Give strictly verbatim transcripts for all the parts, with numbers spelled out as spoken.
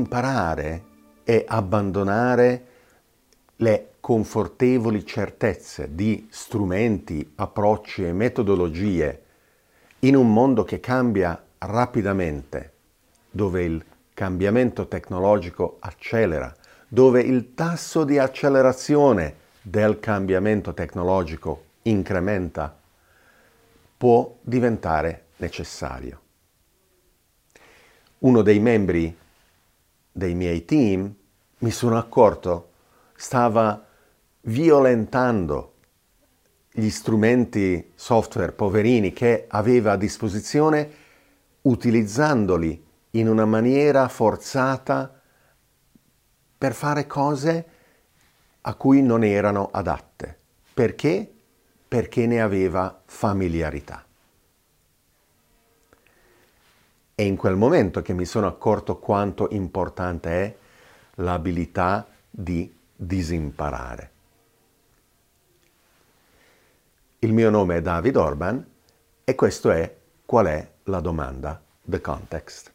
disimparare e abbandonare le confortevoli certezze di strumenti, approcci e metodologie in un mondo che cambia rapidamente, dove il cambiamento tecnologico accelera, dove il tasso di accelerazione del cambiamento tecnologico incrementa, può diventare necessario. Uno dei membri dei miei team, mi sono accorto, stava violentando gli strumenti software poverini che aveva a disposizione, utilizzandoli in una maniera forzata per fare cose a cui non erano adatte. Perché? Perché ne aveva familiarità. È in quel momento che mi sono accorto quanto importante è l'abilità di disimparare. Il mio nome è David Orban e questo è Qual è la domanda? The Context.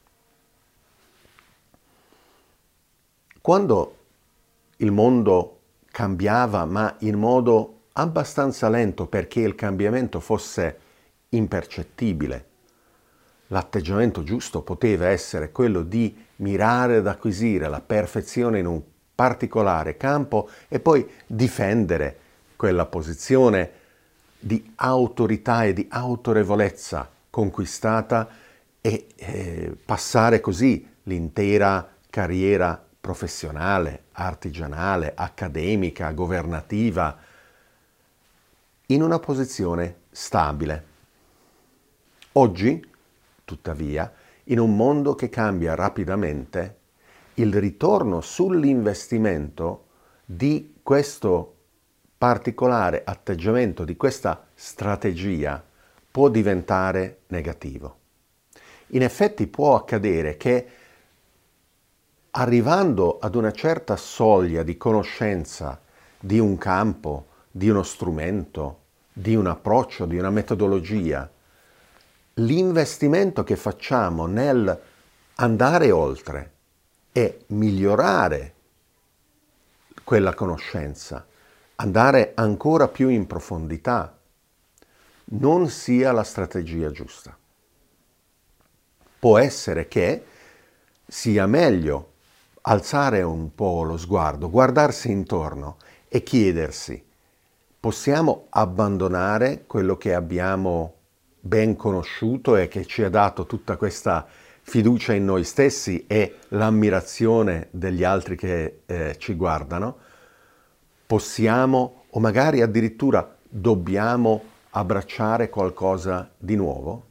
Quando il mondo cambiava, ma in modo abbastanza lento perché il cambiamento fosse impercettibile, l'atteggiamento giusto poteva essere quello di mirare ad acquisire la perfezione in un particolare campo e poi difendere quella posizione di autorità e di autorevolezza conquistata e eh, passare così l'intera carriera professionale, artigianale, accademica, governativa in una posizione stabile. Oggi, tuttavia, in un mondo che cambia rapidamente, il ritorno sull'investimento di questo particolare atteggiamento, di questa strategia, può diventare negativo. In effetti può accadere che arrivando ad una certa soglia di conoscenza di un campo, di uno strumento, di un approccio, di una metodologia, l'investimento che facciamo nel andare oltre e migliorare quella conoscenza, andare ancora più in profondità, non sia la strategia giusta. Può essere che sia meglio alzare un po' lo sguardo, guardarsi intorno e chiedersi: possiamo abbandonare quello che abbiamo ben conosciuto e che ci ha dato tutta questa fiducia in noi stessi e l'ammirazione degli altri che eh, ci guardano? Possiamo, o magari addirittura dobbiamo, abbracciare qualcosa di nuovo?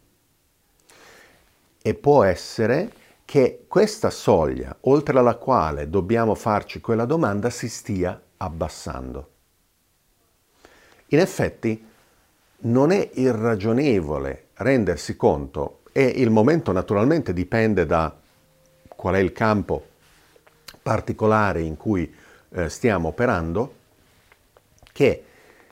E può essere che questa soglia, oltre alla quale dobbiamo farci quella domanda, si stia abbassando. In effetti, non è irragionevole rendersi conto, e il momento naturalmente dipende da qual è il campo particolare in cui eh, stiamo operando, che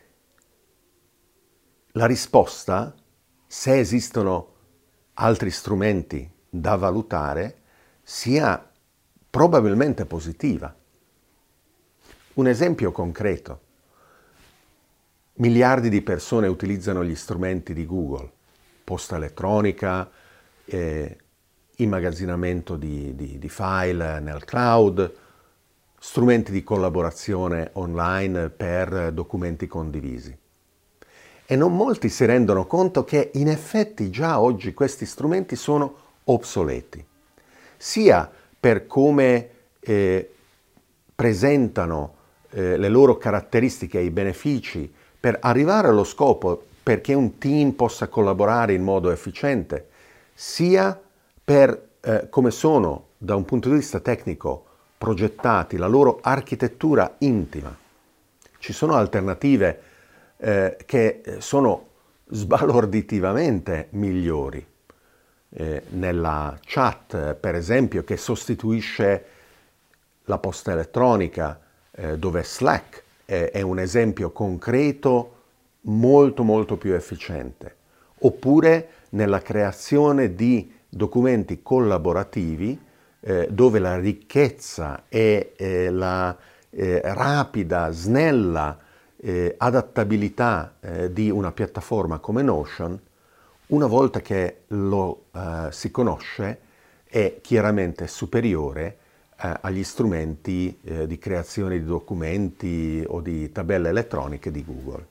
la risposta, se esistono altri strumenti da valutare, sia probabilmente positiva. Un esempio concreto. Miliardi di persone utilizzano gli strumenti di Google, posta elettronica, eh, immagazzinamento di, di, di file nel cloud, strumenti di collaborazione online per documenti condivisi. E non molti si rendono conto che in effetti già oggi questi strumenti sono obsoleti, sia per come eh, presentano eh, le loro caratteristiche e i benefici per arrivare allo scopo perché un team possa collaborare in modo efficiente, sia per eh, come sono da un punto di vista tecnico progettati, la loro architettura intima. Ci sono alternative eh, che sono sbalorditivamente migliori. Eh, nella chat, per esempio, che sostituisce la posta elettronica, eh, dove Slack è, è un esempio concreto molto molto più efficiente, oppure nella creazione di documenti collaborativi eh, dove la ricchezza e eh, la eh, rapida, snella eh, adattabilità eh, di una piattaforma come Notion, una volta che lo eh, si conosce, è chiaramente superiore eh, agli strumenti eh, di creazione di documenti o di tabelle elettroniche di Google.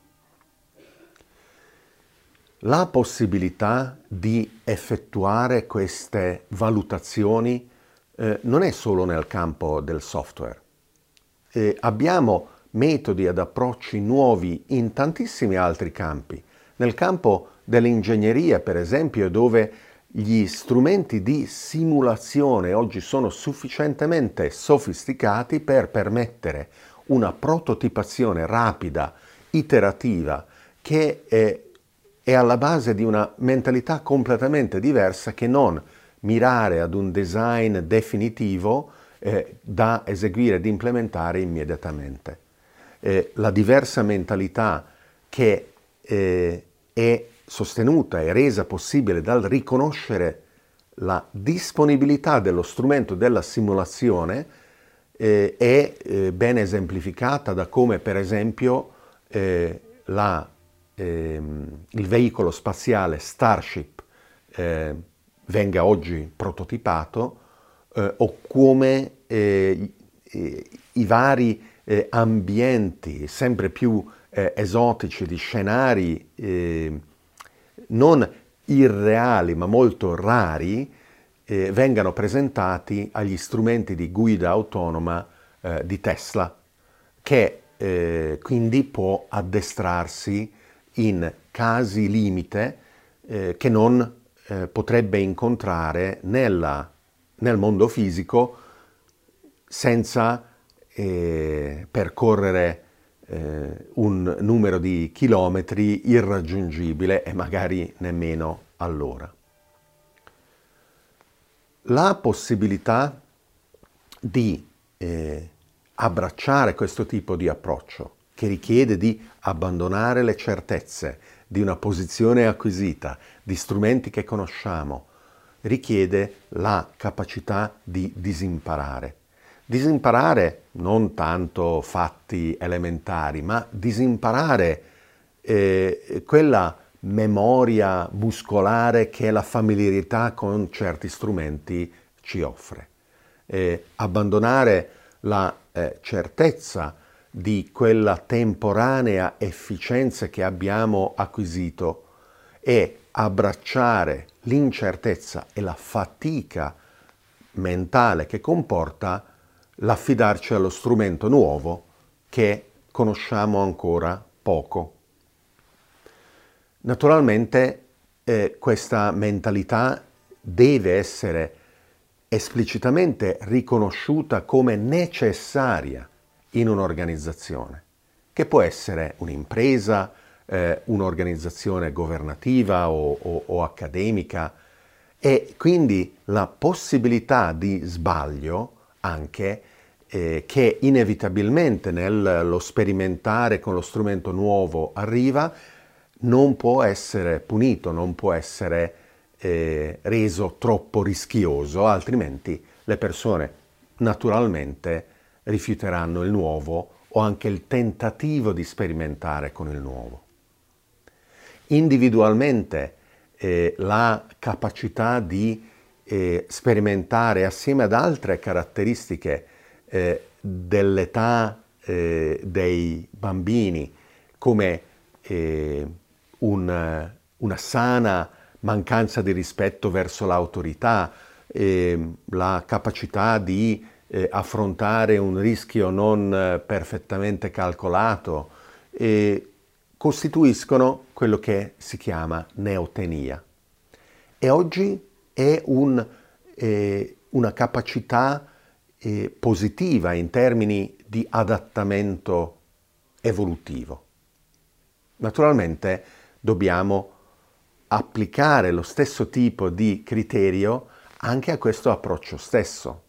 La possibilità di effettuare queste valutazioni eh, non è solo nel campo del software. Eh, abbiamo metodi ed approcci nuovi in tantissimi altri campi. Nel campo dell'ingegneria, per esempio, dove gli strumenti di simulazione oggi sono sufficientemente sofisticati per permettere una prototipazione rapida, iterativa, che è, è alla base di una mentalità completamente diversa che non mirare ad un design definitivo eh, da eseguire ed implementare immediatamente. Eh, la diversa mentalità che eh, è sostenuta e resa possibile dal riconoscere la disponibilità dello strumento della simulazione eh, è eh, ben esemplificata da come, per esempio, eh, la, ehm, il veicolo spaziale Starship eh, venga oggi prototipato eh, o come eh, i, i vari eh, ambienti sempre più eh, esotici di scenari eh, non irreali ma molto rari eh, vengano presentati agli strumenti di guida autonoma eh, di Tesla, che eh, quindi può addestrarsi in casi limite eh, che non eh, potrebbe incontrare nella, nel mondo fisico senza eh, percorrere eh, un numero di chilometri irraggiungibile e magari nemmeno all'ora. La possibilità di eh, abbracciare questo tipo di approccio, che richiede di abbandonare le certezze di una posizione acquisita, di strumenti che conosciamo, richiede la capacità di disimparare. Disimparare non tanto fatti elementari, ma disimparare eh, quella memoria muscolare che la familiarità con certi strumenti ci offre. Eh, abbandonare la eh, certezza di quella temporanea efficienza che abbiamo acquisito e abbracciare l'incertezza e la fatica mentale che comporta l'affidarci allo strumento nuovo che conosciamo ancora poco. Naturalmente eh, questa mentalità deve essere esplicitamente riconosciuta come necessaria in un'organizzazione, che può essere un'impresa, eh, un'organizzazione governativa o, o, o accademica, e quindi la possibilità di sbaglio anche eh, che inevitabilmente nello sperimentare con lo strumento nuovo arriva, non può essere punito, non può essere eh, reso troppo rischioso, altrimenti le persone naturalmente rifiuteranno il nuovo o anche il tentativo di sperimentare con il nuovo. Individualmente eh, la capacità di eh, sperimentare assieme ad altre caratteristiche eh, dell'età eh, dei bambini, come eh, un, una sana mancanza di rispetto verso l'autorità, eh, la capacità di eh, affrontare un rischio non eh, perfettamente calcolato, eh, costituiscono quello che si chiama neotenia. E oggi è un, eh, una capacità eh, positiva in termini di adattamento evolutivo. Naturalmente dobbiamo applicare lo stesso tipo di criterio anche a questo approccio stesso.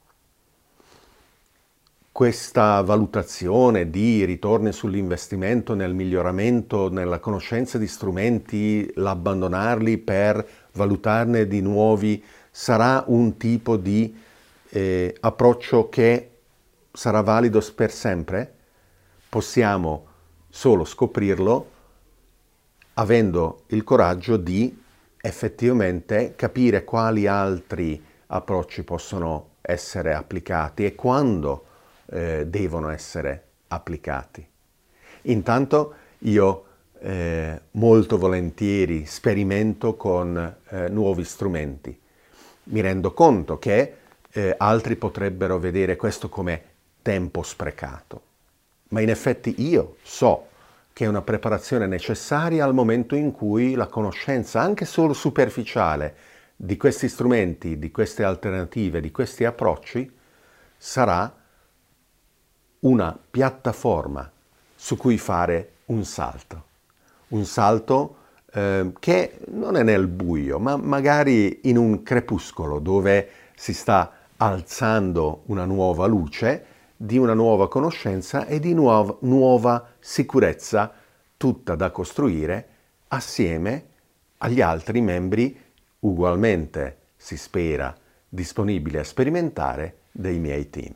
Questa valutazione di ritorni sull'investimento nel miglioramento, nella conoscenza di strumenti, l'abbandonarli per valutarne di nuovi, sarà un tipo di eh, approccio che sarà valido per sempre? Possiamo solo scoprirlo avendo il coraggio di effettivamente capire quali altri approcci possono essere applicati e quando eh, devono essere applicati. Intanto io eh, molto volentieri sperimento con eh, nuovi strumenti. Mi rendo conto che eh, altri potrebbero vedere questo come tempo sprecato, ma in effetti io so che è una preparazione necessaria al momento in cui la conoscenza, anche solo superficiale, di questi strumenti, di queste alternative, di questi approcci, sarà una piattaforma su cui fare un salto. Un salto eh, che non è nel buio, ma magari in un crepuscolo dove si sta alzando una nuova luce di una nuova conoscenza e di nuova, nuova sicurezza, tutta da costruire assieme agli altri membri ugualmente, si spera, disponibili a sperimentare dei miei team.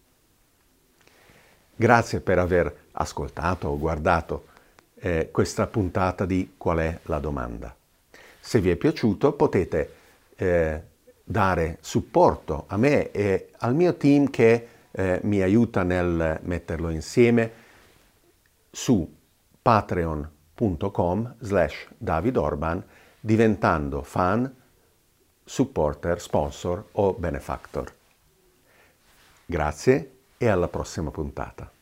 Grazie per aver ascoltato o guardato eh, questa puntata di Qual è la domanda? Se vi è piaciuto potete eh, dare supporto a me e al mio team che eh, mi aiuta nel metterlo insieme su patreon punto com slash David Orban, diventando fan, supporter, sponsor o benefactor. Grazie e alla prossima puntata.